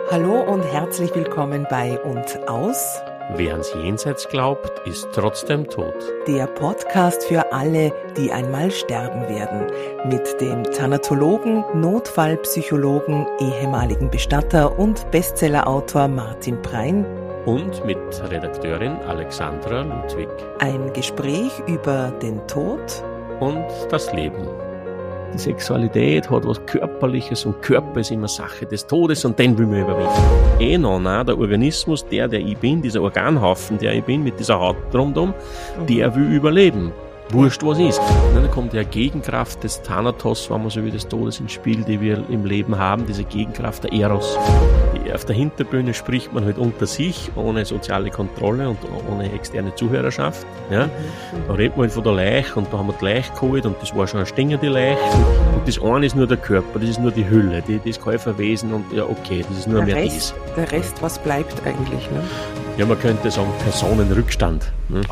Hallo und herzlich willkommen bei Und Aus. Wer ans Jenseits glaubt, ist trotzdem tot. Der Podcast für alle, die einmal sterben werden. Mit dem Thanatologen, Notfallpsychologen, ehemaligen Bestatter und Bestsellerautor Martin Prein. Und mit Redakteurin Alexandra Ludwig. Ein Gespräch über den Tod und das Leben. Die Sexualität hat was Körperliches und Körper ist immer Sache des Todes und den will man überwinden. Der Organismus, der ich bin, dieser Organhaufen, der ich bin, mit dieser Haut drumherum, der will überleben. Wurscht, was ist. Dann kommt ja Gegenkraft des Thanatos, wenn man so wie des Todes ins Spiel, die wir im Leben haben, diese Gegenkraft der Eros. Auf der Hinterbühne spricht man halt unter sich, ohne soziale Kontrolle und ohne externe Zuhörerschaft. Ja. Da redet man halt von der Leiche und da haben wir die Leiche geholt und das war schon eine stingende Leiche. Und das eine ist nur der Körper, das ist nur die Hülle, das kann ich verwesen und ja okay, das ist nur mehr das. Der Rest, was bleibt eigentlich? Ne? Ja, man könnte sagen Personenrückstand. Ne?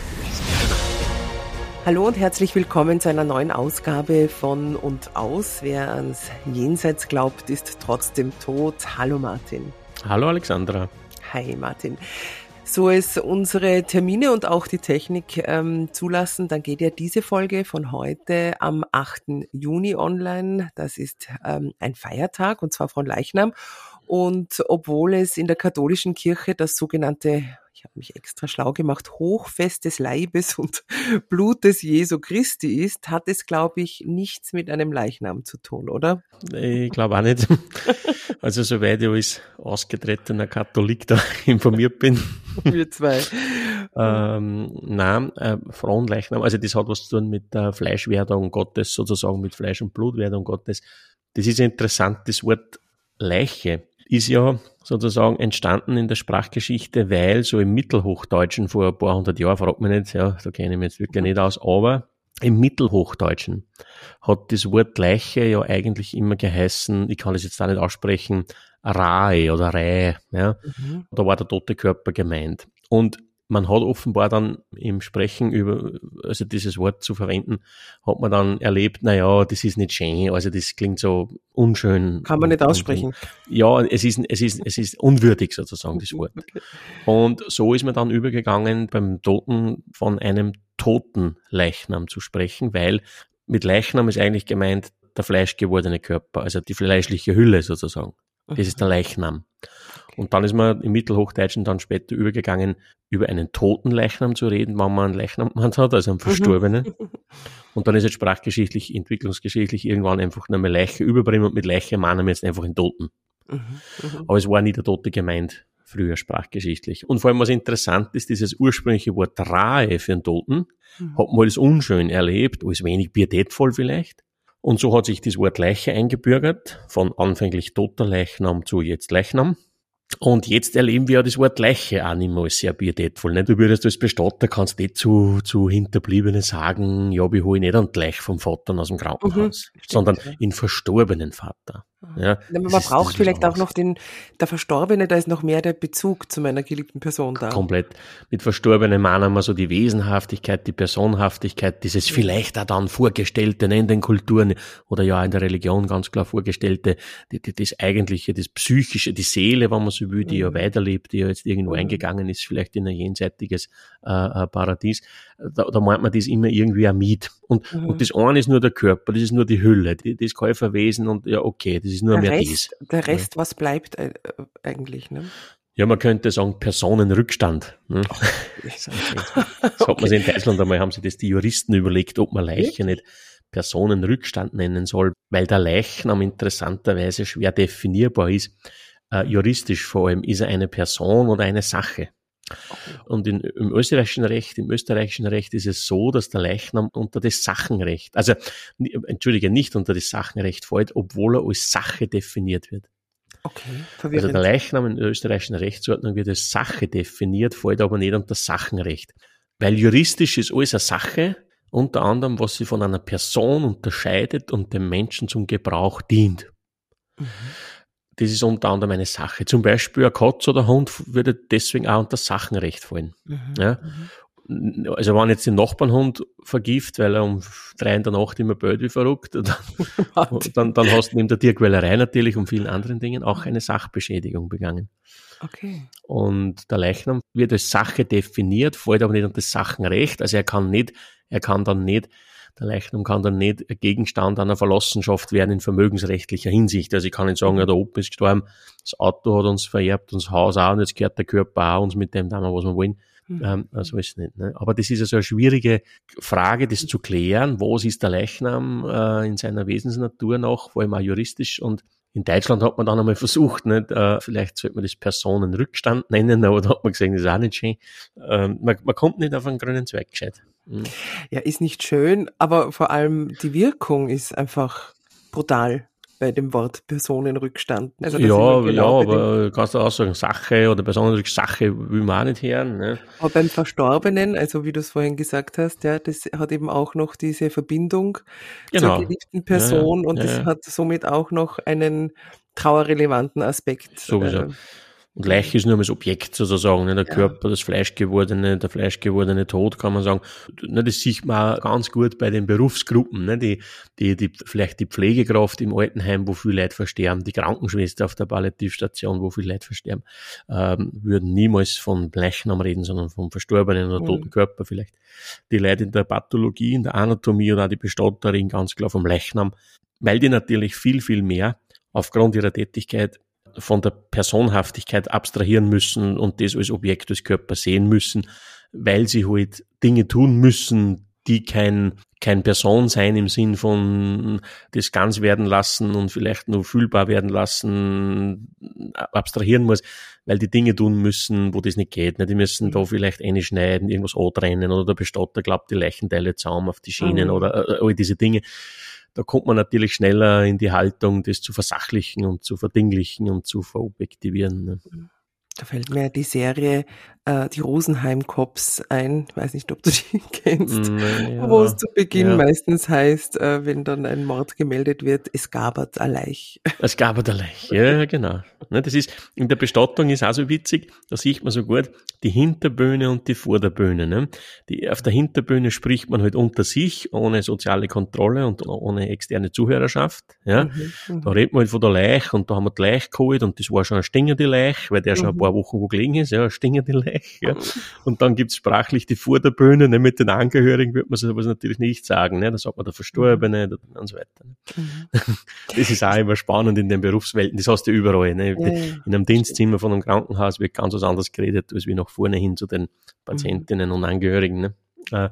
Hallo und herzlich willkommen zu einer neuen Ausgabe von Und Aus. Wer ans Jenseits glaubt, ist trotzdem tot. Hallo Martin. Hallo Alexandra. Hi Martin. So es unsere Termine und auch die Technik zulassen, dann geht ja diese Folge von heute am 8. Juni online. Das ist ein Feiertag und zwar von Leichnam. Und obwohl es in der katholischen Kirche das sogenannte, ich habe mich extra schlau gemacht, Hochfest des Leibes und Blutes Jesu Christi ist, hat es, glaube ich, nichts mit einem Leichnam zu tun, oder? Ich glaube auch nicht. Also soweit ich als ausgetretener Katholik da informiert bin. Wir zwei. Fronleichnam, also das hat was zu tun mit der Fleischwerdung Gottes, sozusagen mit Fleisch- und Blutwerdung Gottes. Das ist interessant, das Wort Leiche ist ja sozusagen entstanden in der Sprachgeschichte, weil so im Mittelhochdeutschen vor ein paar hundert Jahren, fragt mich nicht, ja, da kenne ich mich jetzt wirklich nicht aus, aber im Mittelhochdeutschen hat das Wort Leiche ja eigentlich immer geheißen, ich kann das jetzt auch nicht aussprechen, Rae oder Reihe, ja. Da war der tote Körper gemeint. Und man hat offenbar dann im Sprechen über, also dieses Wort zu verwenden, hat man dann erlebt, naja, das ist nicht schön, also das klingt so unschön. Kann man nicht aussprechen. Ja, es ist unwürdig sozusagen, das Wort. Okay. Und so ist man dann übergegangen, beim Toten von einem toten Leichnam zu sprechen, weil mit Leichnam ist eigentlich gemeint der fleischgewordene Körper, also die fleischliche Hülle sozusagen. Das ist der Leichnam. Und dann ist man im Mittelhochdeutschen dann später übergegangen, über einen toten Leichnam zu reden, wenn man einen Leichnam hat, also einen Verstorbenen. Und dann ist jetzt sprachgeschichtlich, entwicklungsgeschichtlich irgendwann einfach nur mehr Leiche überbringen und mit Leiche meinen wir jetzt einfach einen Toten. Aber es war nie der Tote gemeint, früher sprachgeschichtlich. Und vor allem was interessant ist, dieses ursprüngliche Wort Rahe für einen Toten, hat man als unschön erlebt, als wenig pietätvoll vielleicht. Und so hat sich das Wort Leiche eingebürgert, von anfänglich toter Leichnam zu jetzt Leichnam. Und jetzt erleben wir ja das Wort Leiche auch nicht mehr als sehr pietätvoll. Nicht? Du würdest als Bestatter, kannst nicht zu Hinterbliebenen sagen, ja, wir holen nicht einen Gleich vom Vater aus dem Krankenhaus, sondern den verstorbenen Vater. Ja, man braucht vielleicht auch noch der Verstorbene, da ist noch mehr der Bezug zu meiner geliebten Person da. Komplett. Mit Verstorbenen meinen wir so die Wesenhaftigkeit, die Personhaftigkeit, dieses vielleicht auch dann Vorgestellte in den Kulturen oder ja in der Religion ganz klar Vorgestellte, das Eigentliche, das Psychische, die Seele, wenn man so will, die ja weiterlebt, die ja jetzt irgendwo eingegangen ist, vielleicht in ein jenseitiges Paradies. Da meint man das immer irgendwie ein Miet. Und das eine ist nur der Körper, das ist nur die Hülle, das kann ich verwesen und ja okay, das ist nur mehr das. Der Rest, was bleibt eigentlich, ne? Ja, man könnte sagen Personenrückstand. Ne? Das hat man sich in Deutschland einmal, haben sich das die Juristen überlegt, ob man Leiche nicht Personenrückstand nennen soll, weil der Leichnam interessanterweise schwer definierbar ist. Juristisch vor allem ist er eine Person oder eine Sache. Und im österreichischen Recht ist es so, dass der Leichnam unter das Sachenrecht, nicht unter das Sachenrecht fällt, obwohl er als Sache definiert wird. Okay, verwirrend. Also der Leichnam in der österreichischen Rechtsordnung wird als Sache definiert, fällt aber nicht unter das Sachenrecht. Weil juristisch ist alles eine Sache, unter anderem, was sie von einer Person unterscheidet und dem Menschen zum Gebrauch dient. Das ist unter anderem eine Sache. Zum Beispiel eine Katze oder ein Hund würde deswegen auch unter das Sachenrecht fallen. Ja? also wenn jetzt den Nachbarnhund vergift, weil er um 3 in der Nacht immer bellt wie verrückt, dann hast du neben der Tierquälerei natürlich und vielen anderen Dingen auch eine Sachbeschädigung begangen. Okay. Und der Leichnam wird als Sache definiert, fällt aber nicht unter das Sachenrecht. Also der Leichnam kann dann nicht Gegenstand einer Verlassenschaft werden in vermögensrechtlicher Hinsicht. Also ich kann nicht sagen, ja, der Opa ist gestorben, das Auto hat uns vererbt, das Haus auch, und jetzt gehört der Körper auch uns, mit dem tun wir, was wir wollen. So ist es nicht. Ne? Aber das ist also eine schwierige Frage, das zu klären. Was ist der Leichnam in seiner Wesensnatur noch, vor allem auch juristisch? Und in Deutschland hat man dann einmal versucht, nicht? Vielleicht sollte man das Personenrückstand nennen, aber da hat man gesagt, das ist auch nicht schön. Man kommt nicht auf einen grünen Zweig gescheit. Ja, ist nicht schön, aber vor allem die Wirkung ist einfach brutal bei dem Wort Personenrückstand. Also aber kannst du auch sagen, Sache oder Personenrücksache will man auch nicht hören. Ne? Aber beim Verstorbenen, also wie du es vorhin gesagt hast, ja, das hat eben auch noch diese Verbindung zur geliebten Person und das hat somit auch noch einen trauerrelevanten Aspekt. Sowieso. Und Leiche ist nur das Objekt sozusagen, ne? Der Körper, der fleischgewordene Tod, kann man sagen. Ne, das sieht man auch ganz gut bei den Berufsgruppen, ne? Die vielleicht die Pflegekraft im Altenheim, wo viele Leute versterben, die Krankenschwester auf der Palliativstation, wo viele Leute versterben, würden niemals von Leichnam reden, sondern vom verstorbenen oder toten Körper vielleicht. Die Leute in der Pathologie, in der Anatomie oder auch die Bestatter reden ganz klar vom Leichnam, weil die natürlich viel, viel mehr aufgrund ihrer Tätigkeit von der Personhaftigkeit abstrahieren müssen und das als Objekt des Körpers sehen müssen, weil sie halt Dinge tun müssen, die kein Person sein im Sinn von das ganz werden lassen und vielleicht nur fühlbar werden lassen, abstrahieren muss, weil die Dinge tun müssen, wo das nicht geht. Die müssen da vielleicht einschneiden, irgendwas antrennen oder der Bestatter glaubt die Leichenteile zusammen auf die Schienen oder all diese Dinge. Da kommt man natürlich schneller in die Haltung, das zu versachlichen und zu verdinglichen und zu verobjektivieren. Ne? Da fällt mir die Serie die Rosenheim Cops ein. Ich weiß nicht, ob du die kennst. Wo es zu Beginn meistens heißt, wenn dann ein Mord gemeldet wird, es gabert a Leich. Es gabert a Leich, ja, genau. Ne, das ist, in der Bestattung ist auch so witzig, da sieht man so gut die Hinterbühne und die Vorderbühne. Ne? Auf der Hinterbühne spricht man halt unter sich, ohne soziale Kontrolle und ohne externe Zuhörerschaft. Ja? Da redet man halt von der Leich und da haben wir die Leich geholt und das war schon ein stingende Leich, weil der schon ein paar Wochen wo gelegen ist, ja, stingende Leich. Ja. Und dann gibt's sprachlich die Vorderbühne, ne, mit den Angehörigen wird man sowas natürlich nicht sagen, ne, da sagt man der Verstorbene und so weiter. Ne. Das ist auch immer spannend in den Berufswelten, das hast du überall. Ne. In einem Dienstzimmer von einem Krankenhaus wird ganz was anderes geredet, als wie nach vorne hin zu den Patientinnen und Angehörigen. Ne. Da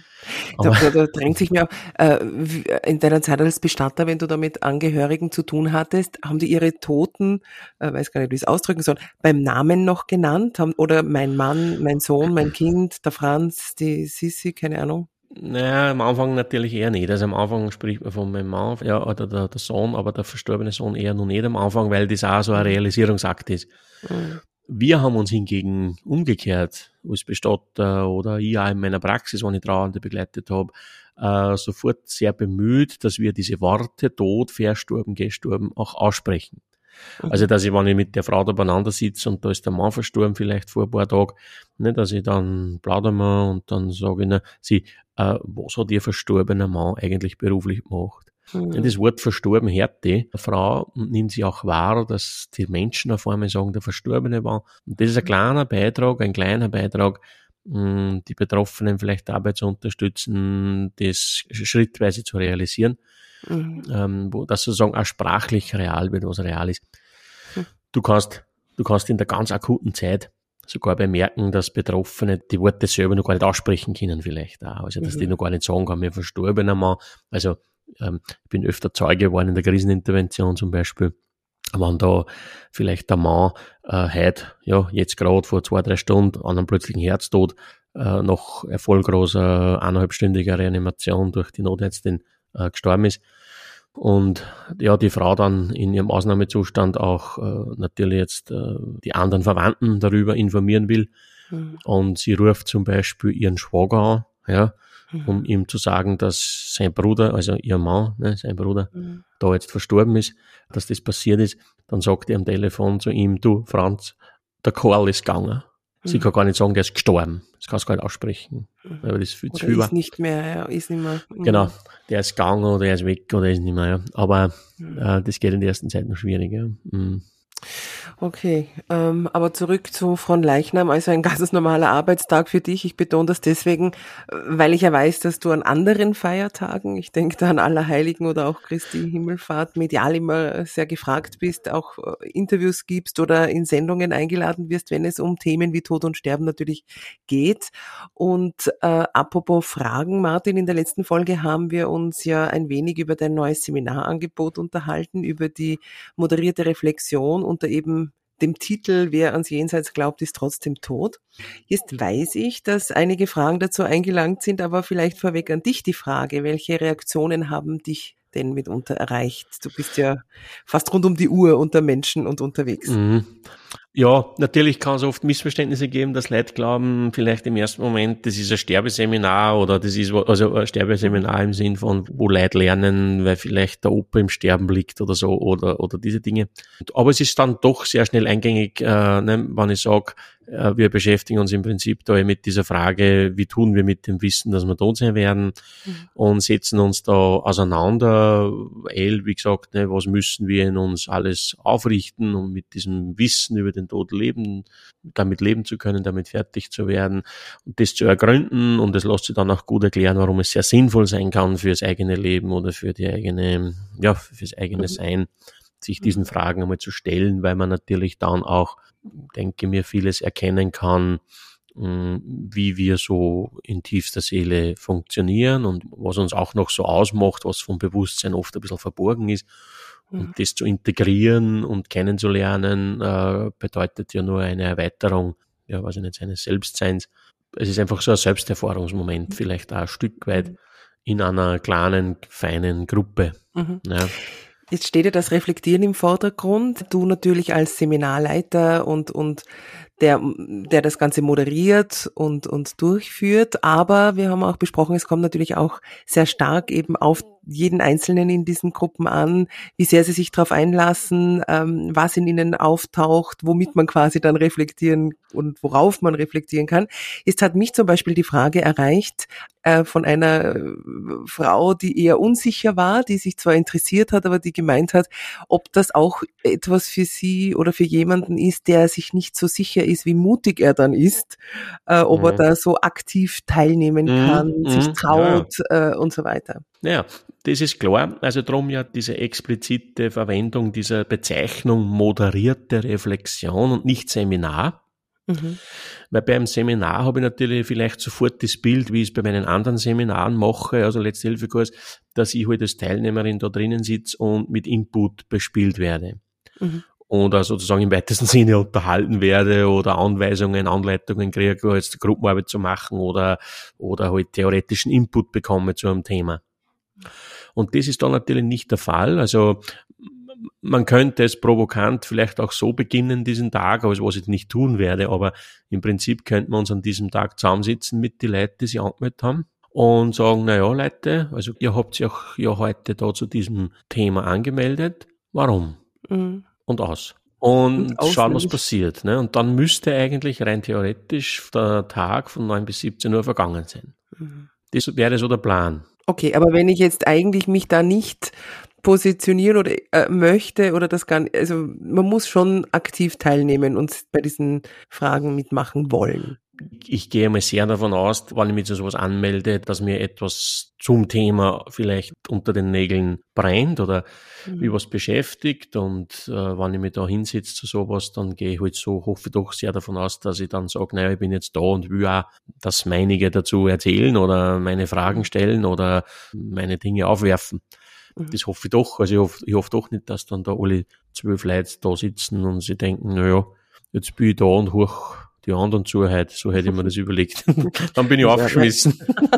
drängt sich mir auch, in deiner Zeit als Bestatter, wenn du da mit Angehörigen zu tun hattest, haben die ihre Toten, weiß gar nicht, wie ich es ausdrücken soll, beim Namen noch genannt? Oder mein Mann, mein Sohn, mein Kind, der Franz, die Sissi, keine Ahnung? Naja, am Anfang natürlich eher nicht. Also am Anfang spricht man von meinem Mann, ja, oder der Sohn, aber der verstorbene Sohn eher noch nicht am Anfang, weil das auch so ein Realisierungsakt ist. Wir haben uns hingegen umgekehrt als Bestatter oder ich auch in meiner Praxis, wenn ich Trauernde begleitet habe, sofort sehr bemüht, dass wir diese Worte Tod, Verstorben, Gestorben auch aussprechen. Also, dass ich, wenn ich mit der Frau da beieinander sitze und da ist der Mann verstorben, vielleicht vor ein paar Tagen, ne, dass ich dann plaudern wir und dann sage ich was hat ihr verstorbener Mann eigentlich beruflich gemacht? Das Wort verstorben hört die Frau und nimmt sie auch wahr, dass die Menschen auf einmal sagen, der Verstorbene war. Und das ist ein kleiner Beitrag, die Betroffenen vielleicht dabei zu unterstützen, das schrittweise zu realisieren, wo das sozusagen auch sprachlich real wird, was real ist. Du kannst in der ganz akuten Zeit sogar bemerken, dass Betroffene die Worte selber noch gar nicht aussprechen können vielleicht auch. Also, dass die noch gar nicht sagen kann, mir verstorbener Mann. Also, ich bin öfter Zeuge geworden in der Krisenintervention zum Beispiel, wenn da vielleicht der Mann heute, ja, jetzt gerade vor 2-3 Stunden an einem plötzlichen Herztod nach erfolgloser 1,5-stündiger Reanimation durch die Notärztin gestorben ist. Und ja, die Frau dann in ihrem Ausnahmezustand auch natürlich jetzt die anderen Verwandten darüber informieren will. Und sie ruft zum Beispiel ihren Schwager an, ja, um ihm zu sagen, dass sein Bruder, also ihr Mann, ne, sein Bruder, da jetzt verstorben ist, dass das passiert ist. Dann sagt er am Telefon zu ihm, du Franz, der Karl ist gegangen. Sie kann gar nicht sagen, der ist gestorben. Das kannst du gar nicht aussprechen. Aber das ist viel zu viel. Ist nicht mehr, ja, ist nicht mehr. Genau. Der ist gegangen oder er ist weg oder ist nicht mehr, ja. Aber das geht in der ersten Zeit noch schwierig, ja. Okay, aber zurück zu Fronleichnam, also ein ganz normaler Arbeitstag für dich. Ich betone das deswegen, weil ich ja weiß, dass du an anderen Feiertagen, ich denke da an Allerheiligen oder auch Christi Himmelfahrt, medial immer sehr gefragt bist, auch Interviews gibst oder in Sendungen eingeladen wirst, wenn es um Themen wie Tod und Sterben natürlich geht. Und apropos Fragen, Martin, in der letzten Folge haben wir uns ja ein wenig über dein neues Seminarangebot unterhalten, über die moderierte Reflexion unter eben dem Titel "Wer ans Jenseits glaubt, ist trotzdem tot". Jetzt weiß ich, dass einige Fragen dazu eingelangt sind, aber vielleicht vorweg an dich die Frage, welche Reaktionen haben dich denn mitunter erreicht? Du bist ja fast rund um die Uhr unter Menschen und unterwegs. Ja, natürlich kann es oft Missverständnisse geben, dass Leute glauben, vielleicht im ersten Moment, das ist ein Sterbeseminar oder das ist also ein Sterbeseminar im Sinn von, wo Leute lernen, weil vielleicht der Opa im Sterben liegt oder so oder diese Dinge. Aber es ist dann doch sehr schnell eingängig, wenn ich sage, wir beschäftigen uns im Prinzip da mit dieser Frage, wie tun wir mit dem Wissen, dass wir tot sein werden, und setzen uns da auseinander, wie gesagt, was müssen wir in uns alles aufrichten, um mit diesem Wissen über den Tod damit leben zu können, damit fertig zu werden und das zu ergründen, und das lässt sich dann auch gut erklären, warum es sehr sinnvoll sein kann fürs eigene Leben oder für die eigene, fürs eigene Sein, sich diesen Fragen einmal zu stellen, weil man natürlich dann auch, denke mir, vieles erkennen kann, wie wir so in tiefster Seele funktionieren und was uns auch noch so ausmacht, was vom Bewusstsein oft ein bisschen verborgen ist. Und das zu integrieren und kennenzulernen, bedeutet ja nur eine Erweiterung, seines Selbstseins. Es ist einfach so ein Selbsterfahrungsmoment, vielleicht auch ein Stück weit in einer kleinen, feinen Gruppe. Ja. Jetzt steht ja das Reflektieren im Vordergrund. Du natürlich als Seminarleiter und der das Ganze moderiert und durchführt. Aber wir haben auch besprochen, es kommt natürlich auch sehr stark eben auf jeden Einzelnen in diesen Gruppen an, wie sehr sie sich darauf einlassen, was in ihnen auftaucht, womit man quasi dann reflektieren und worauf man reflektieren kann. Jetzt hat mich zum Beispiel die Frage erreicht von einer Frau, die eher unsicher war, die sich zwar interessiert hat, aber die gemeint hat, ob das auch etwas für sie oder für jemanden ist, der sich nicht so sicher ist, wie mutig er dann ist, ob er da so aktiv teilnehmen kann, sich traut und so weiter. Ja, das ist klar. Also darum ja diese explizite Verwendung dieser Bezeichnung moderierte Reflexion und nicht Seminar. Weil beim Seminar habe ich natürlich vielleicht sofort das Bild, wie ich es bei meinen anderen Seminaren mache, also Letzte-Hilfe-Kurs, dass ich halt als Teilnehmerin da drinnen sitze und mit Input bespielt werde. Oder sozusagen im weitesten Sinne unterhalten werde oder Anweisungen, Anleitungen kriege, als Gruppenarbeit zu machen oder halt theoretischen Input bekomme zu einem Thema. Und das ist dann natürlich nicht der Fall. Also man könnte es provokant vielleicht auch so beginnen, diesen Tag, also was ich nicht tun werde, aber im Prinzip könnten wir uns an diesem Tag zusammensitzen mit den Leuten, die sich angemeldet haben und sagen, Leute, also ihr habt euch ja heute da zu diesem Thema angemeldet. Warum? Und aus. Und schauen, was passiert. Ne? Und dann müsste eigentlich rein theoretisch der Tag von 9 bis 17 Uhr vergangen sein. Das wäre so der Plan. Okay, aber wenn ich jetzt eigentlich mich da nicht positionieren oder möchte oder das gar nicht, also man muss schon aktiv teilnehmen und bei diesen Fragen mitmachen wollen. Ich gehe mal sehr davon aus, wenn ich mich zu sowas anmelde, dass mir etwas zum Thema vielleicht unter den Nägeln brennt oder mich was beschäftigt, und wenn ich mich da hinsetze zu sowas, dann gehe ich halt so, hoffe doch sehr davon aus, dass ich dann sage, ich bin jetzt da und will auch das Meinige dazu erzählen oder meine Fragen stellen oder meine Dinge aufwerfen. Das hoffe ich doch. Also ich hoffe doch nicht, dass dann da alle 12 Leute da sitzen und sie denken, jetzt bin ich da und hoch die anderen zu heute. So hätte ich mir das überlegt. Dann bin ich aufgeschmissen.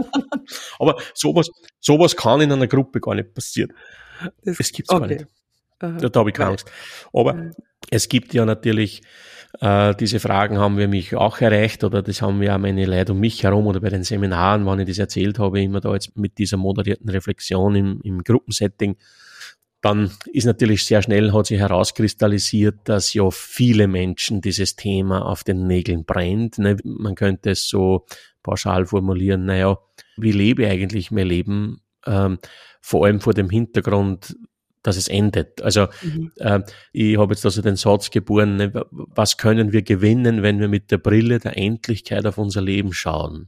Aber sowas kann in einer Gruppe gar nicht passieren. Das gibt's gar nicht. Da habe ich keine Angst. Aber es gibt ja natürlich, diese Fragen haben wir mich auch erreicht, oder das haben wir auch meine Leute um mich herum oder bei den Seminaren, wenn ich das erzählt habe, immer da jetzt mit dieser moderierten Reflexion im Gruppensetting. dann ist natürlich sehr schnell, hat sich herauskristallisiert, dass ja viele Menschen dieses Thema auf den Nägeln brennt. Ne? Man könnte es so pauschal formulieren, naja, wie lebe ich eigentlich mein Leben? Vor allem vor dem Hintergrund, dass es endet. Also ich habe jetzt also den Satz geboren, ne, was können wir gewinnen, wenn wir mit der Brille der Endlichkeit auf unser Leben schauen?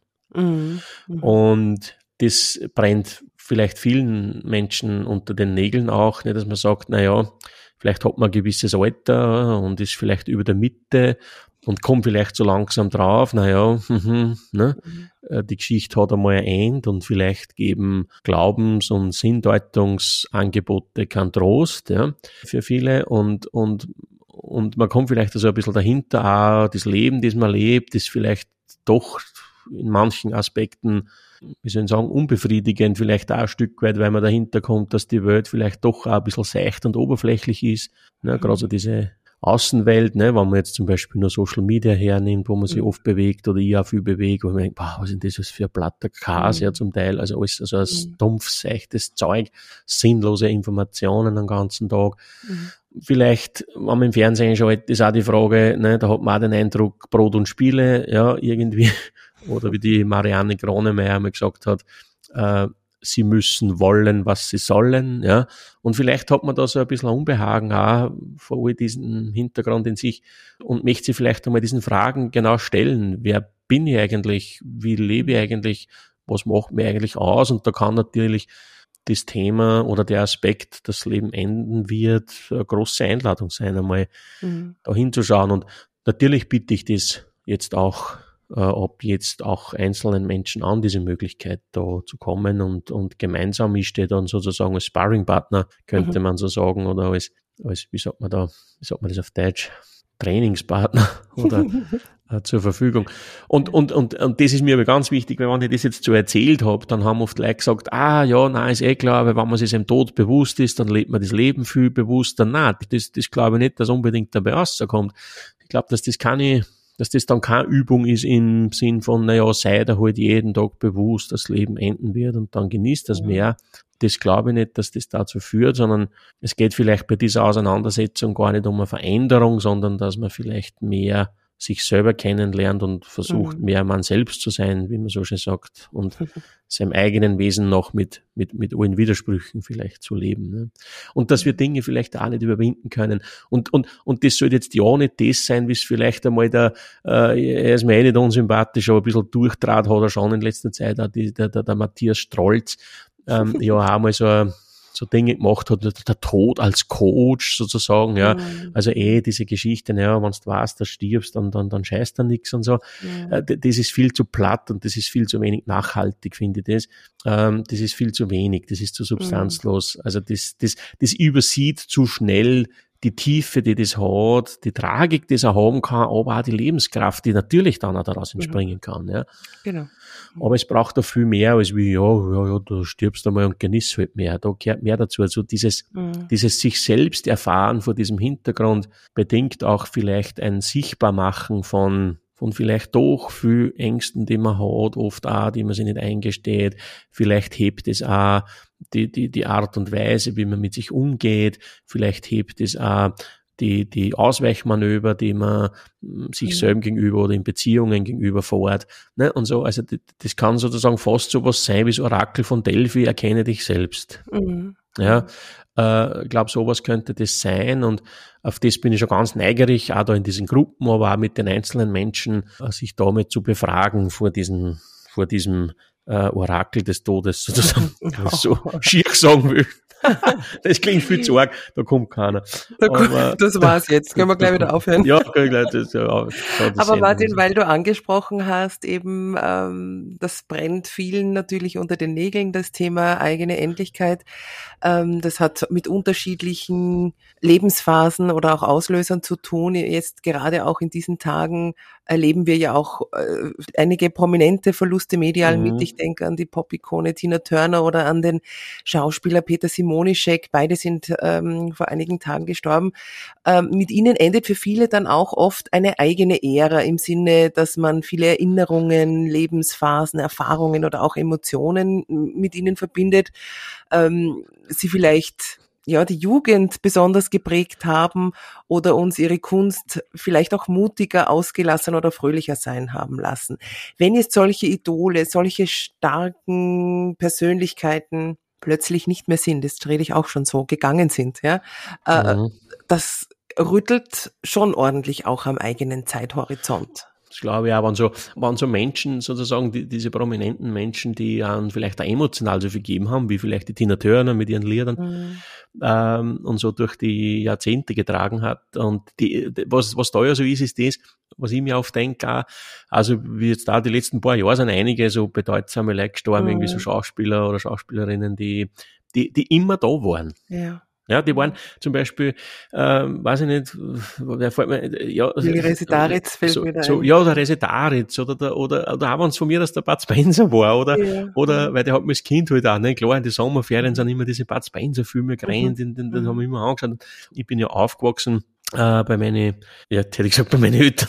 Und das brennt vielleicht vielen Menschen unter den Nägeln auch, ne, dass man sagt, naja, vielleicht hat man ein gewisses Alter und ist vielleicht über der Mitte und kommt vielleicht so langsam drauf, naja, ne, die Geschichte hat einmal ein Ende und vielleicht geben Glaubens- und Sinndeutungsangebote keinen Trost, ja, für viele und man kommt vielleicht so ein bisschen dahinter, auch das Leben, das man lebt, ist vielleicht doch in manchen Aspekten, wie soll ich sagen, unbefriedigend, vielleicht auch ein Stück weit, weil man dahinter kommt, dass die Welt vielleicht doch auch ein bisschen seicht und oberflächlich ist, ne, gerade so diese Außenwelt, ne, wenn man jetzt zum Beispiel nur Social Media hernimmt, wo man sich oft bewegt oder ich auch viel bewege, wo man denkt, was ist denn das für ein platter Käse ja zum Teil, also alles so ein stumpf, seichtes Zeug, sinnlose Informationen den ganzen Tag. Vielleicht, wenn man im Fernsehen schaut, ist auch die Frage, ne, da hat man auch den Eindruck, Brot und Spiele, ja, irgendwie, oder wie die Marianne Gronemeyer mal gesagt hat, sie müssen wollen, was sie sollen, ja. Und vielleicht hat man da so ein bisschen Unbehagen auch vor all diesen Hintergrund in sich und möchte sich vielleicht einmal diesen Fragen genau stellen. Wer bin ich eigentlich? Wie lebe ich eigentlich? Was macht mir eigentlich aus? Und da kann natürlich das Thema oder der Aspekt, das Leben enden wird, eine große Einladung sein, einmal da hinzuschauen. Und natürlich biete ich das jetzt auch jetzt auch einzelnen Menschen an, diese Möglichkeit da zu kommen und gemeinsam ist der dann sozusagen als Sparringpartner, könnte man so sagen, oder als, wie sagt man das auf Deutsch? Trainingspartner oder zur Verfügung. Und das ist mir aber ganz wichtig, weil wenn ich das jetzt so erzählt habe, dann haben oft Leute gesagt, ja, nein, ist eh klar, weil wenn man sich im Tod bewusst ist, dann lebt man das Leben viel bewusster. Nein, das glaube ich nicht, dass unbedingt dabei rauskommt. Ich glaube, dass das dann keine Übung ist im Sinn von, naja, sei da halt jeden Tag bewusst, dass das Leben enden wird und dann genießt das mehr. Das glaube ich nicht, dass das dazu führt, sondern es geht vielleicht bei dieser Auseinandersetzung gar nicht um eine Veränderung, sondern dass man vielleicht mehr sich selber kennenlernt und versucht, mehr man selbst zu sein, wie man so schön sagt, und seinem eigenen Wesen noch mit allen Widersprüchen vielleicht zu leben. Ne? Und dass wir Dinge vielleicht auch nicht überwinden können. Und das soll jetzt ja nicht das sein, wie es vielleicht einmal er ist mir nicht unsympathisch, aber ein bisschen durchtrat hat er schon in letzter Zeit, auch der Matthias Strolz, ja auch mal so Dinge gemacht hat, der Tod als Coach sozusagen, ja, also diese Geschichte, ja, wenn du weißt, dass du stirbst, dann scheißt da nichts und so, das ist viel zu platt und das ist viel zu wenig nachhaltig, finde ich das ist viel zu wenig, das ist zu substanzlos, also das übersieht zu schnell die Tiefe, die das hat, die Tragik, die es auch haben kann, aber auch die Lebenskraft, die natürlich dann auch daraus entspringen kann, ja. Genau. Aber es braucht da viel mehr als wie, ja, du stirbst einmal und genießt halt mehr. Da gehört mehr dazu. Also dieses sich selbst erfahren vor diesem Hintergrund bedingt auch vielleicht ein Sichtbarmachen von vielleicht doch viel Ängsten, die man hat, oft auch, die man sich nicht eingesteht. Vielleicht hebt es auch die Art und Weise, wie man mit sich umgeht. Vielleicht hebt es auch die Ausweichmanöver, die man sich selber gegenüber oder in Beziehungen gegenüber fährt, ne, und so, also das kann sozusagen fast sowas sein wie das Orakel von Delphi, erkenne dich selbst. Ja, ich glaube, sowas könnte das sein und auf das bin ich schon ganz neugierig, auch da in diesen Gruppen, aber auch mit den einzelnen Menschen, sich damit zu befragen vor diesem Orakel des Todes sozusagen, so schier sagen will. Das klingt viel zu arg, da kommt keiner. Aber das war's jetzt, können wir gleich wieder aufhören. Ja, gleich, das, ja. Aber Martin, weil du angesprochen hast, eben das brennt vielen natürlich unter den Nägeln, das Thema eigene Endlichkeit. Das hat mit unterschiedlichen Lebensphasen oder auch Auslösern zu tun. Jetzt gerade auch in diesen Tagen erleben wir ja auch einige prominente Verluste medial mit. Ich denke an die Pop-Ikone Tina Turner oder an den Schauspieler Peter Simonischek. Beide sind vor einigen Tagen gestorben. Mit ihnen endet für viele dann auch oft eine eigene Ära im Sinne, dass man viele Erinnerungen, Lebensphasen, Erfahrungen oder auch Emotionen mit ihnen verbindet. Sie vielleicht ja, die Jugend besonders geprägt haben oder uns ihre Kunst vielleicht auch mutiger, ausgelassen oder fröhlicher sein haben lassen. Wenn jetzt solche Idole, solche starken Persönlichkeiten plötzlich nicht mehr sind, das rede ich auch schon so, gegangen sind, ja, das rüttelt schon ordentlich auch am eigenen Zeithorizont. Das glaube ich auch, wenn so Menschen sozusagen, diese prominenten Menschen, die einen vielleicht auch emotional so viel gegeben haben, wie vielleicht die Tina Turner mit ihren Liedern, und so durch die Jahrzehnte getragen hat. Und was da ja so ist das, was ich mir oft denke, auch, also wie jetzt da die letzten paar Jahre sind einige so bedeutsame Leute gestorben, irgendwie so Schauspieler oder Schauspielerinnen, die immer da waren. Ja. Ja, die waren zum Beispiel, weiß ich nicht, wer fällt mir, ja. Die Resetaritz fällt mir da ein. Ja, der Resetaritz, oder auch wenn es von mir, dass der Bud Spencer war, oder, weil der hat mir das Kind halt auch, ne, klar, in den Sommerferien sind immer diese Bud Spencer Filme gerannt, den haben wir immer angeschaut. Ich bin ja aufgewachsen, bei meinen Eltern.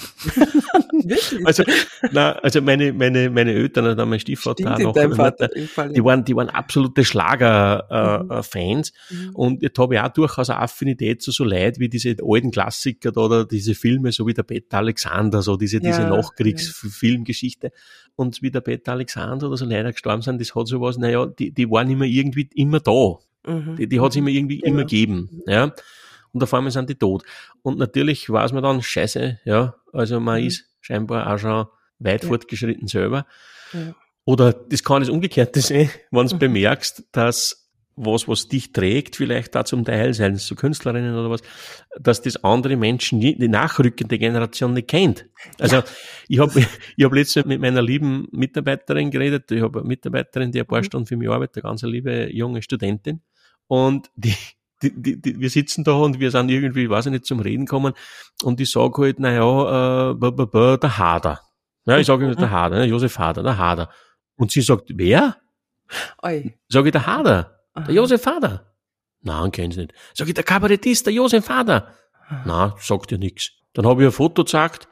Also meine Eltern, also mein Stiefvater auch noch, die waren absolute Schlager-Fans, und jetzt habe ich auch durchaus eine Affinität zu so Leuten wie diese alten Klassiker oder diese Filme, so wie der Peter Alexander, so diese Nachkriegsfilmgeschichte, und wie der Peter Alexander oder so leider gestorben sind, das hat sowas, naja, die waren immer da. Die hat es immer gegeben, ja. Und auf einmal sind die tot. Und natürlich weiß man dann, scheiße, ja, also man ist scheinbar auch schon weit fortgeschritten selber. Ja. Oder das kann das Umgekehrte sein, wenn du bemerkst, dass was dich trägt, vielleicht da zum Teil, seien es so Künstlerinnen oder was, dass das andere Menschen, die nachrückende Generation nicht kennt. Also ich hab letztens mit meiner lieben Mitarbeiterin geredet, ich habe eine Mitarbeiterin, die ein paar Stunden für mich arbeitet, eine ganz liebe junge Studentin, und wir sitzen da und wir sind irgendwie, weiß ich nicht, zum Reden gekommen, und ich sage halt, der Hader. Ja, ich sage der Hader, ne, Josef Hader, der Hader. Und sie sagt, wer? Sag ich, der Hader, der Josef Hader. Nein, kenn's nicht. Sag ich, der Kabarettist, der Josef Hader. Nein, sagt ja nix. Dann habe ich ein Foto gezeigt.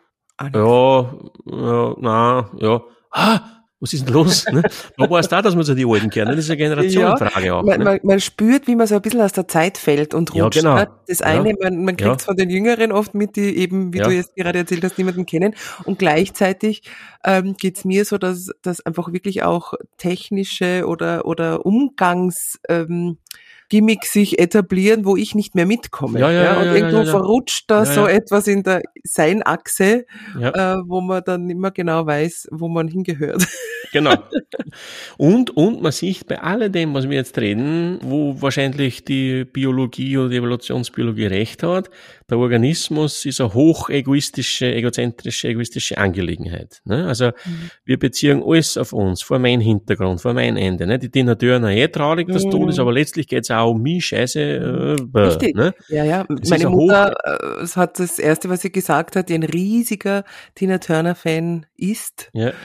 Was ist denn los? Ne? Da war es da, dass man so die Alten kennen. Das ist eine Generationenfrage auch. Man spürt, wie man so ein bisschen aus der Zeit fällt und rutscht. Ja, genau. Das eine, man kriegt es von den Jüngeren oft mit, die eben, wie du jetzt gerade erzählt hast, niemanden kennen. Und gleichzeitig geht's mir so, dass einfach wirklich auch technische oder Umgangs Gimmicks sich etablieren, wo ich nicht mehr mitkomme. Und irgendwo verrutscht da so etwas in der Seinachse, wo man dann nicht mehr genau weiß, wo man hingehört. Genau. Und man sieht bei alledem, was wir jetzt reden, wo wahrscheinlich die Biologie oder die Evolutionsbiologie recht hat, der Organismus ist eine hoch egozentrische Angelegenheit. Ne? Also wir beziehen alles auf uns, vor meinem Hintergrund, vor meinem Ende. Ne? Die Tina Turner traurig, dass tot ist, aber letztlich geht's auch um mich, scheiße. Richtig. Ne? Ja. Meine Mutter hat das Erste, was sie gesagt hat, die ein riesiger Tina Turner-Fan ist. Ja.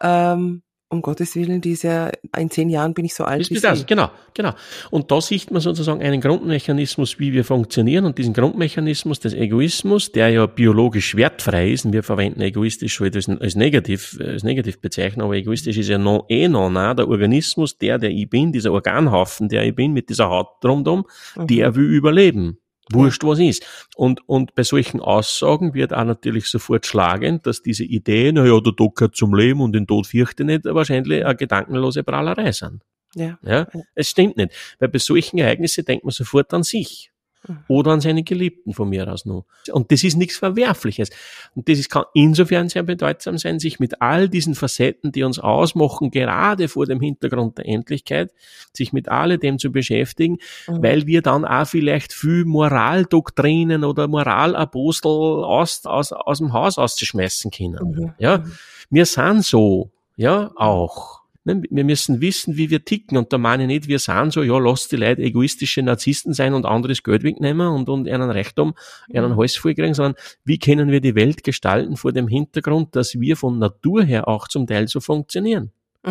Um Gottes Willen, die ist ja, in 10 Jahren bin ich so alt wie sie. Genau. Und da sieht man sozusagen einen Grundmechanismus, wie wir funktionieren, und diesen Grundmechanismus des Egoismus, der ja biologisch wertfrei ist, und wir verwenden egoistisch schon als negativ bezeichnen, aber egoistisch ist ja der Organismus, der ich bin, dieser Organhaufen, der ich bin, mit dieser Haut drumherum, der will überleben. Wurscht, was ist. Und bei solchen Aussagen wird auch natürlich sofort schlagend, dass diese Idee, der Tod gehört zum Leben und den Tod fürchte nicht, wahrscheinlich eine gedankenlose Prahlerei sind. Ja. Es stimmt nicht. Weil bei solchen Ereignissen denkt man sofort an sich. Oder an seine Geliebten von mir aus noch. Und das ist nichts Verwerfliches. Und das kann insofern sehr bedeutsam sein, sich mit all diesen Facetten, die uns ausmachen, gerade vor dem Hintergrund der Endlichkeit, sich mit alledem zu beschäftigen, weil wir dann auch vielleicht viel Moraldoktrinen oder Moralapostel aus dem Haus auszuschmeißen können. Wir sind so, auch. Wir müssen wissen, wie wir ticken, und da meine ich nicht, wir sind so, lasst die Leute egoistische Narzissten sein und anderes Geld wegnehmen und einen Reichtum, einen Hals voll kriegen, sondern wie können wir die Welt gestalten vor dem Hintergrund, dass wir von Natur her auch zum Teil so funktionieren.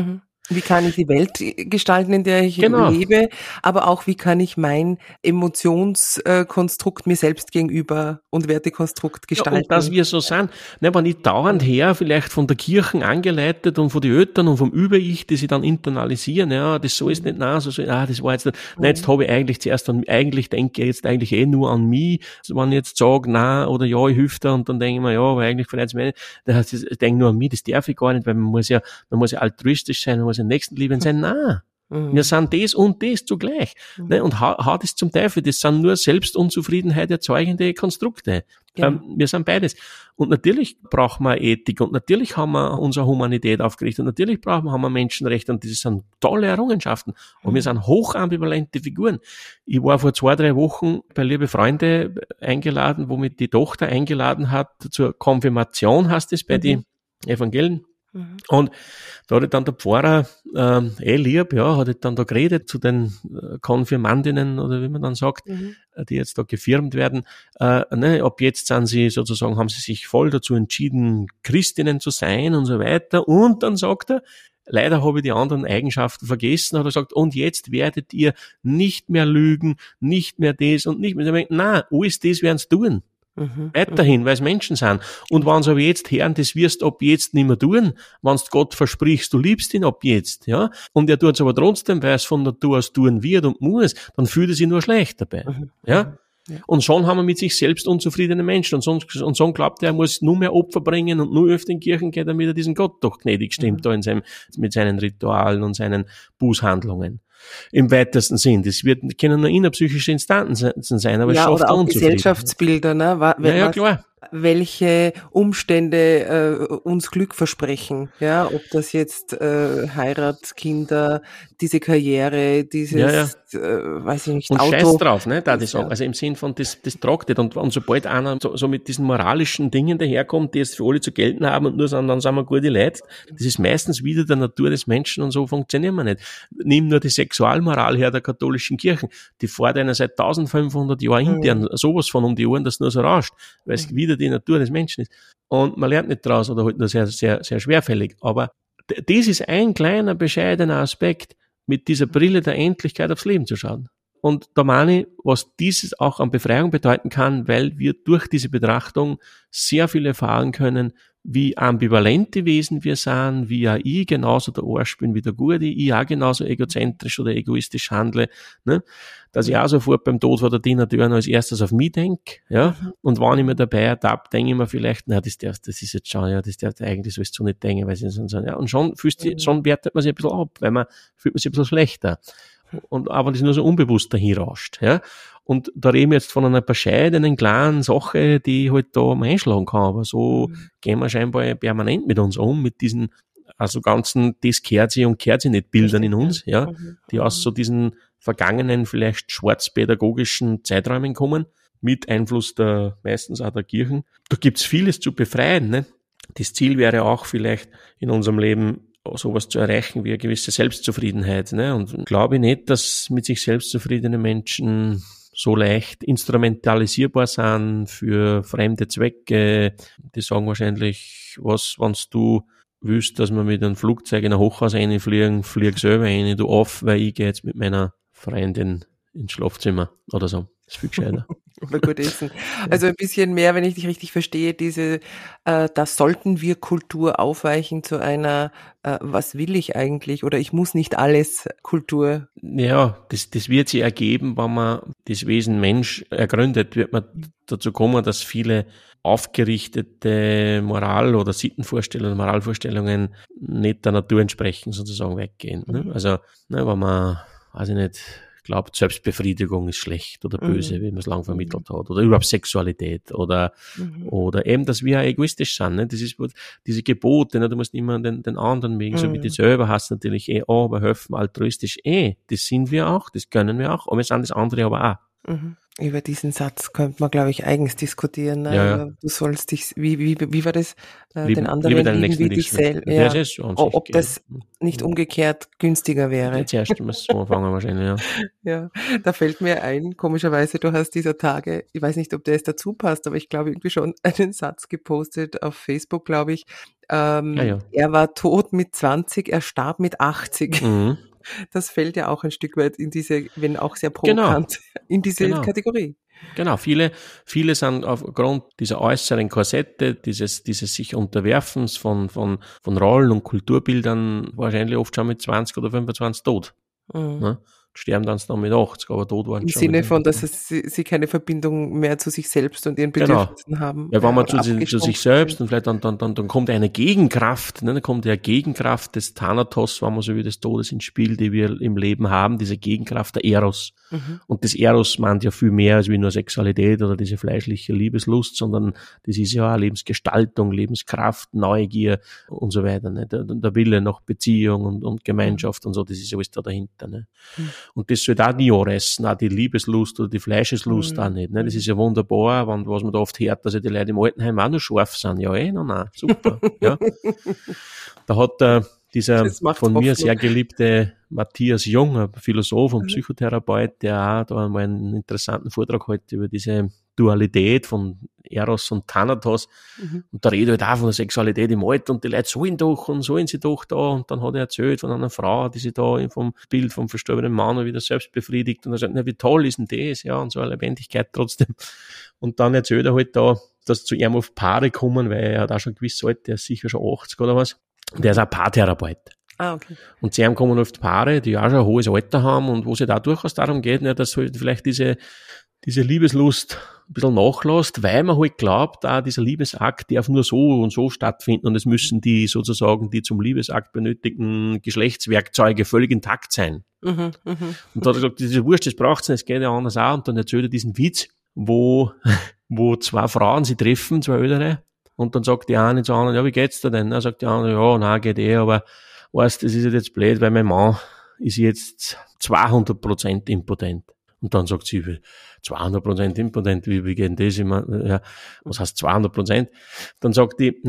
Wie kann ich die Welt gestalten, in der ich lebe, aber auch wie kann ich mein Emotionskonstrukt mir selbst gegenüber und Wertekonstrukt gestalten. Ja, und dass wir so sind, ne, wenn ich dauernd her, vielleicht von der Kirche angeleitet und von den Eltern und vom Über-Ich, die sie dann internalisieren, ja, das so ist nicht, nein, so, das war jetzt nicht, nein, jetzt habe ich eigentlich zuerst eigentlich denke ich jetzt eigentlich nur an mich, also wenn ich jetzt sage, nein, oder ja, ich helfe da, und dann denke ich mir, ja, aber eigentlich verletzt mich nicht, das heißt, ich denke nur an mich, das darf ich gar nicht, weil man muss ja altruistisch sein, man muss ja nächstenliebend sein, nein. Wir sind das und das zugleich. Ne? Und hau das zum Teufel. Das sind nur Selbstunzufriedenheit erzeugende Konstrukte. Ja. Wir sind beides. Und natürlich brauchen wir Ethik und natürlich haben wir unsere Humanität aufgerichtet und natürlich haben wir Menschenrechte und das sind tolle Errungenschaften. Und wir sind hochambivalente Figuren. Ich war vor 2-3 Wochen bei Liebe Freunde eingeladen, wo mich die Tochter eingeladen hat zur Konfirmation, heißt es bei den Evangelien. Und da hat dann der Pfarrer, lieb, ja, hat dann da geredet zu den Konfirmandinnen oder wie man dann sagt, die jetzt da gefirmt werden. Ab jetzt sind sie sozusagen, haben sie sich voll dazu entschieden, Christinnen zu sein und so weiter. Und dann sagt er, leider habe ich die anderen Eigenschaften vergessen, hat er gesagt, und jetzt werdet ihr nicht mehr lügen, nicht mehr das und nicht mehr. Nein, alles das werden sie tun. Weiterhin, weil es Menschen sind. Und wenn sie aber jetzt hören, das wirst du ab jetzt nicht mehr tun, wenn du Gott versprichst, du liebst ihn ab jetzt, ja, und er tut es aber trotzdem, weil es von Natur aus tun wird und muss, dann fühlt er sich nur schlecht dabei, ja. Und schon haben wir mit sich selbst unzufriedene Menschen und so glaubt er muss nur mehr Opfer bringen und nur öfter in Kirchen geht, damit er diesen Gott doch gnädig stimmt, da mit seinen Ritualen und seinen Bußhandlungen. Im weitesten Sinn. Das können nur innerpsychische Instanzen sein, aber es schafft oder auch Unzufriedenheit. Gesellschaftsbilder, ne? Ja, klar. Welche Umstände uns Glück versprechen, ja, ob das jetzt Heirat, Kinder, diese Karriere, dieses, weiß ich nicht, und Auto. Scheiß drauf, ne, da ich sagen. Also im Sinn von, das tragt nicht. Und sobald einer so mit diesen moralischen Dingen daherkommt, die jetzt für alle zu gelten haben und nur sagen, dann sind wir gute Leute, das ist meistens wieder der Natur des Menschen und so funktionieren wir nicht. Nimm nur die Sexualmoral her der katholischen Kirchen. Die fährt einer seit 1500 Jahren intern sowas von um die Ohren, dass nur so rauscht, weil es wieder die Natur des Menschen ist. Und man lernt nicht draus oder halt nur sehr, sehr, sehr schwerfällig. Aber das ist ein kleiner, bescheidener Aspekt, mit dieser Brille der Endlichkeit aufs Leben zu schauen. Und da meine ich, was dieses auch an Befreiung bedeuten kann, weil wir durch diese Betrachtung sehr viel erfahren können, wie ambivalente Wesen wir sind, wie auch ich genauso der Arsch bin wie der Gute, ich auch genauso egozentrisch oder egoistisch handle, ne? Dass ich auch sofort beim Tod von der Tina Turner als erstes auf mich denke, ja, und wenn ich mir dabei ertappe, denke ich mir vielleicht, das ist jetzt schon, ja, das darf eigentlich sollst du nicht denken, weil sie so, ja, und schon wertet man sich ein bisschen ab, weil fühlt man sich ein bisschen schlechter. Und aber das nur so unbewusst dahin rauscht, ja. Und da reden wir jetzt von einer bescheidenen, kleinen Sache, die halt da mal einschlagen kann, aber so gehen wir scheinbar permanent mit uns um, mit diesen, also ganzen, das kehrt sie und kehrt sie nicht Bildern in uns, ja, die aus so diesen vergangenen, vielleicht schwarzpädagogischen Zeiträumen kommen, mit Einfluss meistens auch der Kirchen. Da gibt's vieles zu befreien, ne? Das Ziel wäre auch vielleicht in unserem Leben sowas zu erreichen wie eine gewisse Selbstzufriedenheit, ne? Und glaube ich nicht, dass mit sich selbst zufriedene Menschen so leicht instrumentalisierbar sind für fremde Zwecke. Die sagen wahrscheinlich, wenn du willst, dass wir mit einem Flugzeug in ein Hochhaus reinfliegen, flieg selber rein, du auf, weil ich gehe jetzt mit meiner Freundin ins Schlafzimmer oder so. Das ist viel gescheiter. Oder gut essen. Also ein bisschen mehr, wenn ich dich richtig verstehe, das sollten wir Kultur aufweichen zu einer, was will ich eigentlich? Oder ich muss nicht alles Kultur. Ja, das wird sich ergeben, wenn man das Wesen Mensch ergründet, wird man dazu kommen, dass viele aufgerichtete Moral- oder Sittenvorstellungen, Moralvorstellungen nicht der Natur entsprechen, sozusagen weggehen. Ne? Also, wenn man, weiß ich nicht, glaubt, Selbstbefriedigung ist schlecht oder böse, wie man es lang vermittelt hat, oder überhaupt Sexualität oder eben, dass wir auch egoistisch sind, ne? Das ist diese Gebote, ne? Du musst immer den anderen mögen, so wie du selber hast natürlich aber helfen altruistisch, das sind wir auch, das können wir auch, aber wir sind das andere aber auch. Über diesen Satz könnte man, glaube ich, eigens diskutieren. Ne? Ja. Du sollst dich, wie war das? Den anderen liebe lieben wie dich selbst. Ja. Das ist schon Ob das nicht umgekehrt günstiger wäre. Jetzt erst mal so anfangen wahrscheinlich, ja. Ja, da fällt mir ein, komischerweise, du hast dieser Tage, ich weiß nicht, ob der jetzt dazu passt, aber ich glaube irgendwie schon einen Satz gepostet auf Facebook, glaube ich, Er war tot mit 20, er starb mit 80. Mhm. Das fällt ja auch ein Stück weit in diese, wenn auch sehr provokant, in diese Kategorie. Genau, viele sind aufgrund dieser äußeren Korsette, dieses sich Unterwerfens von Rollen und Kulturbildern wahrscheinlich oft schon mit 20 oder 25 tot. Ne? Sterben dann noch mit 80, aber tot waren Im schon. Im Sinne von, dass sie keine Verbindung mehr zu sich selbst und ihren Bedürfnissen haben. Ja, wenn man zu sich selbst und vielleicht dann kommt eine Gegenkraft, ne? Dann kommt ja Gegenkraft des Thanatos, wenn man so wie des Todes ins Spiel, die wir im Leben haben, diese Gegenkraft der Eros. Und das Eros meint ja viel mehr als wie nur Sexualität oder diese fleischliche Liebeslust, sondern das ist ja auch Lebensgestaltung, Lebenskraft, Neugier und so weiter. Ne? Der Wille nach Beziehung und Gemeinschaft und so, das ist alles da dahinter. Ne? Und das soll auch nie anreißen, auch die Liebeslust oder die Fleischeslust auch nicht. Ne? Das ist ja wunderbar, was man da oft hört, dass ja die Leute im Altenheim auch noch scharf sind. Ja, nein, super. Ja. Da hat dieser von mir sehr geliebte Matthias Jung, ein Philosoph und Psychotherapeut, der auch da mal einen interessanten Vortrag hält über diese Dualität von Eros und Thanatos. Und da redet halt auch von der Sexualität im Alter und die Leute sollen sie doch da. Und dann hat er erzählt von einer Frau, die sich da vom Bild vom verstorbenen Mann wieder selbst befriedigt. Und er sagt, na, wie toll ist denn das? Ja, und so eine Lebendigkeit trotzdem. Und dann erzählt er halt da, dass zu ihm auf Paare kommen, weil er hat auch schon gewiss alt, der ist sicher schon 80 oder was. Und der ist auch Paartherapeut. Okay. Und zu ihm kommen oft Paare, die auch schon ein hohes Alter haben und wo es da durchaus darum geht, ne, dass halt vielleicht diese Liebeslust ein bisschen nachlässt, weil man halt glaubt, dieser Liebesakt darf nur so und so stattfinden und es müssen die sozusagen die zum Liebesakt benötigten Geschlechtswerkzeuge völlig intakt sein. Und da hat er gesagt, diese Wurst, das braucht's nicht, es geht ja anders auch. Und dann erzählt er diesen Witz, wo zwei Frauen sich treffen, zwei Ältere, und dann sagt die eine zur anderen, ja, wie geht's dir denn? Dann sagt die andere, ja, nein, geht aber weißt, das ist jetzt blöd, weil mein Mann ist jetzt 200% impotent. Und dann sagt sie, 200% impotent, wie geht denn das? Ich meine, ja, was heißt 200%? Dann sagt die,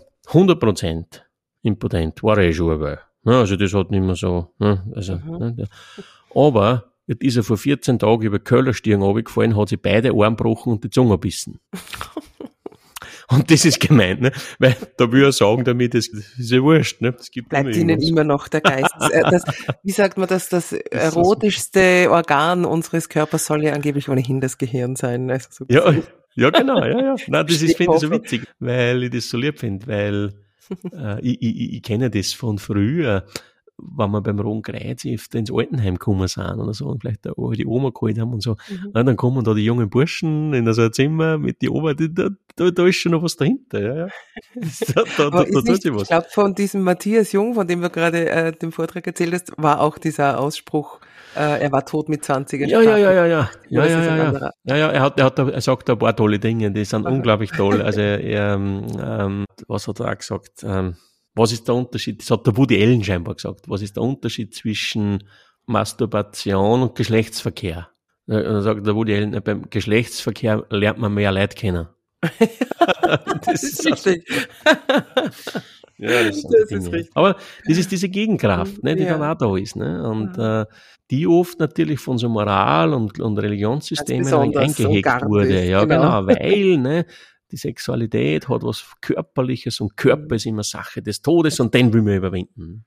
100% impotent, war schon aber. Ja, also das hat nicht mehr so, ne, aber jetzt ist er vor 14 Tagen über Köllerstiegen runtergefallen, hat sich beide Arme gebrochen und die Zunge gebissen. Und das ist gemeint, ne? Weil da will er sagen damit, das ist ja wurscht, ne? Es gibt bleibt ihnen immer noch der Geist. Wie sagt man das erotischste Organ unseres Körpers soll ja angeblich ohnehin das Gehirn sein. Also so ja, genau, ja. Nein, das ist, finde ich so witzig, weil ich das so lieb finde, weil ich kenne das von früher, wenn wir beim Roten Kreuz öfter ins Altenheim gekommen sind oder so und vielleicht da die Oma geholt haben und so, dann kommen da die jungen Burschen in so ein Zimmer mit die Oma, da ist schon noch was dahinter. Ja. Da tut sich was. Ich glaube, von diesem Matthias Jung, von dem du gerade den Vortrag erzählt hast, war auch dieser Ausspruch, er war tot mit 20. Ja. Er sagt ein paar tolle Dinge, die sind unglaublich toll. Also was hat er auch gesagt? Was ist der Unterschied? Das hat der Woody Allen scheinbar gesagt. Was ist der Unterschied zwischen Masturbation und Geschlechtsverkehr? Dann sagt der Woody Allen, beim Geschlechtsverkehr lernt man mehr Leute kennen. Das ist richtig. Ja, das ist richtig. Aber das ist diese Gegenkraft, ne, die dann auch da ist. Ne? Und die oft natürlich von so Moral- und Religionssystemen eingehegt wurde. Ja, genau, weil ne, die Sexualität hat was Körperliches und Körper ist immer Sache des Todes und den will man überwinden.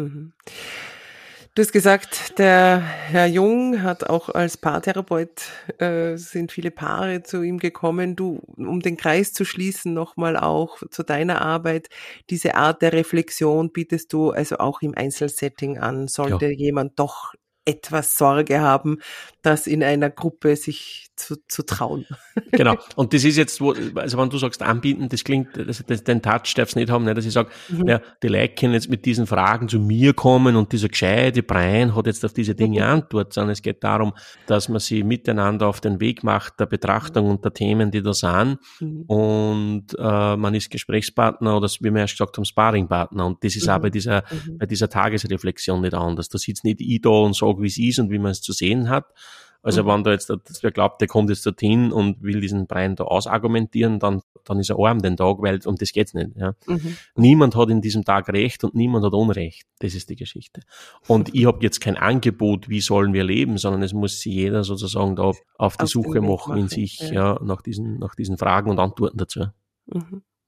Du hast gesagt, der Herr Jung hat auch als Paartherapeut, sind viele Paare zu ihm gekommen. Du, um den Kreis zu schließen, nochmal auch zu deiner Arbeit, diese Art der Reflexion bietest du also auch im Einzelsetting an. Sollte jemand doch etwas Sorge haben, das in einer Gruppe sich zu trauen. Genau. Und das ist jetzt, also wenn du sagst anbieten, das klingt, den Touch darfst du nicht haben, ne, dass ich sage, die Leute können jetzt mit diesen Fragen zu mir kommen und dieser gescheite Brian hat jetzt auf diese Dinge Antwort, sondern es geht darum, dass man sie miteinander auf den Weg macht, der Betrachtung und der Themen, die da sind. Und man ist Gesprächspartner oder wie wir erst gesagt haben, Sparringpartner. Und das ist auch bei dieser Tagesreflexion nicht anders. Da sitzt nicht ich da und sage, wie es ist und wie man es zu sehen hat. Also wenn da jetzt, wer glaubt, der kommt jetzt dorthin und will diesen Brian da ausargumentieren, dann ist er arm den Tag, weil um das geht's nicht. Ja. Niemand hat in diesem Tag Recht und niemand hat Unrecht. Das ist die Geschichte. Und ich habe jetzt kein Angebot, wie sollen wir leben, sondern es muss sich jeder sozusagen da auf die Suche machen in sich, ja, nach diesen Fragen und Antworten dazu.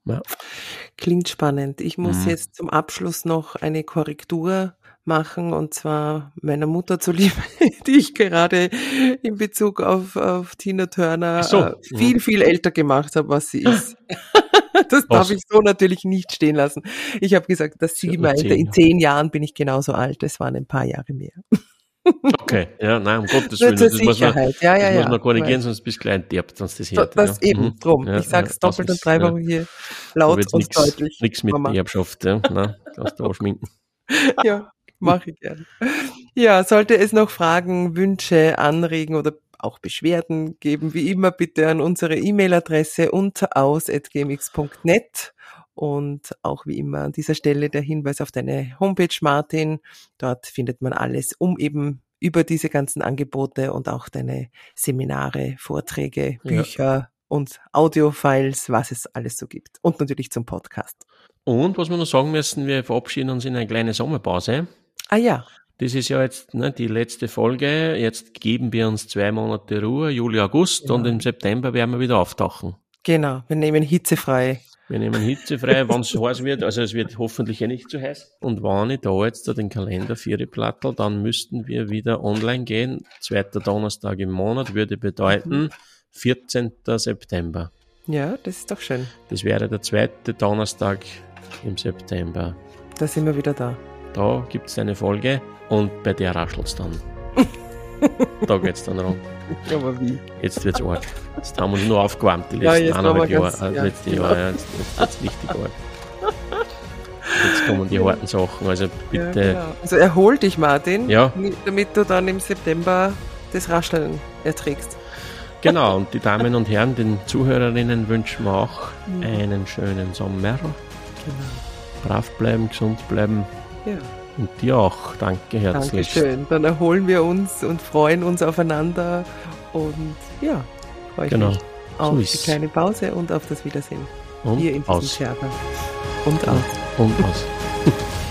Ja. Klingt spannend. Ich muss jetzt zum Abschluss noch eine Korrektur machen, und zwar meiner Mutter zuliebe, die ich gerade in Bezug auf Tina Turner So. viel, viel älter gemacht habe, was sie ist. Das darf ich so natürlich nicht stehen lassen. Ich habe gesagt, dass sie meinte, in 10 Jahren bin ich genauso alt. Es waren ein paar Jahre mehr. Okay, ja, nein, um Gottes Nur Willen. zur Das muss man, Sicherheit. das muss man korrigieren, sonst bist du gleich enterbt, sonst das hört. Das eben, drum. Ja, Ich sage es ja, doppelt und dreifach hier laut und deutlich. Nichts mit Mama. Erbschaft, ja. Nein, kannst du ausschminken. Ja, mache ich gerne. Ja, sollte es noch Fragen, Wünsche, Anregen oder auch Beschwerden geben, wie immer bitte an unsere E-Mail-Adresse unteraus@gmx.net. Und auch wie immer an dieser Stelle der Hinweis auf deine Homepage, Martin. Dort findet man alles, um eben über diese ganzen Angebote und auch deine Seminare, Vorträge, Bücher und Audiofiles, was es alles so gibt. Und natürlich zum Podcast. Und was wir noch sagen müssen, wir verabschieden uns in eine kleine Sommerpause. Ah ja. Das ist ja jetzt die letzte Folge. Jetzt geben wir uns 2 Monate Ruhe, Juli, August, und im September werden wir wieder auftauchen. Genau, wir nehmen hitzefrei. Wir nehmen hitzefrei, wenn es heiß wird. Also es wird hoffentlich nicht zu heiß. Und wenn ich da jetzt den Kalender 4 plattel, dann müssten wir wieder online gehen. 2. Donnerstag im Monat würde bedeuten 14. September. Ja, das ist doch schön. Das wäre der 2. Donnerstag im September. Da sind wir wieder da. Da gibt's eine Folge und bei der raschelt's dann. Da geht's dann rum. Aber wie? Jetzt wird's arg. Jetzt haben wir uns nur aufgewärmt, die letzten 1,5 Jahre. Letzte Jahre, ja, jetzt richtig arg. Jetzt kommen die harten Sachen, also bitte. Ja, genau. Also erhol dich, Martin, ja, damit du dann im September das Rascheln erträgst. Genau, und die Damen und Herren, den Zuhörerinnen wünschen wir auch einen schönen Sommer. Genau. Brav bleiben, gesund bleiben. Ja. Und dir auch. Danke herzlich. Dankeschön. Dann erholen wir uns und freuen uns aufeinander. Und ja, freue ich mich auf die kleine Pause und auf das Wiedersehen. Und hier in diesem Theater. Und aus. Und aus.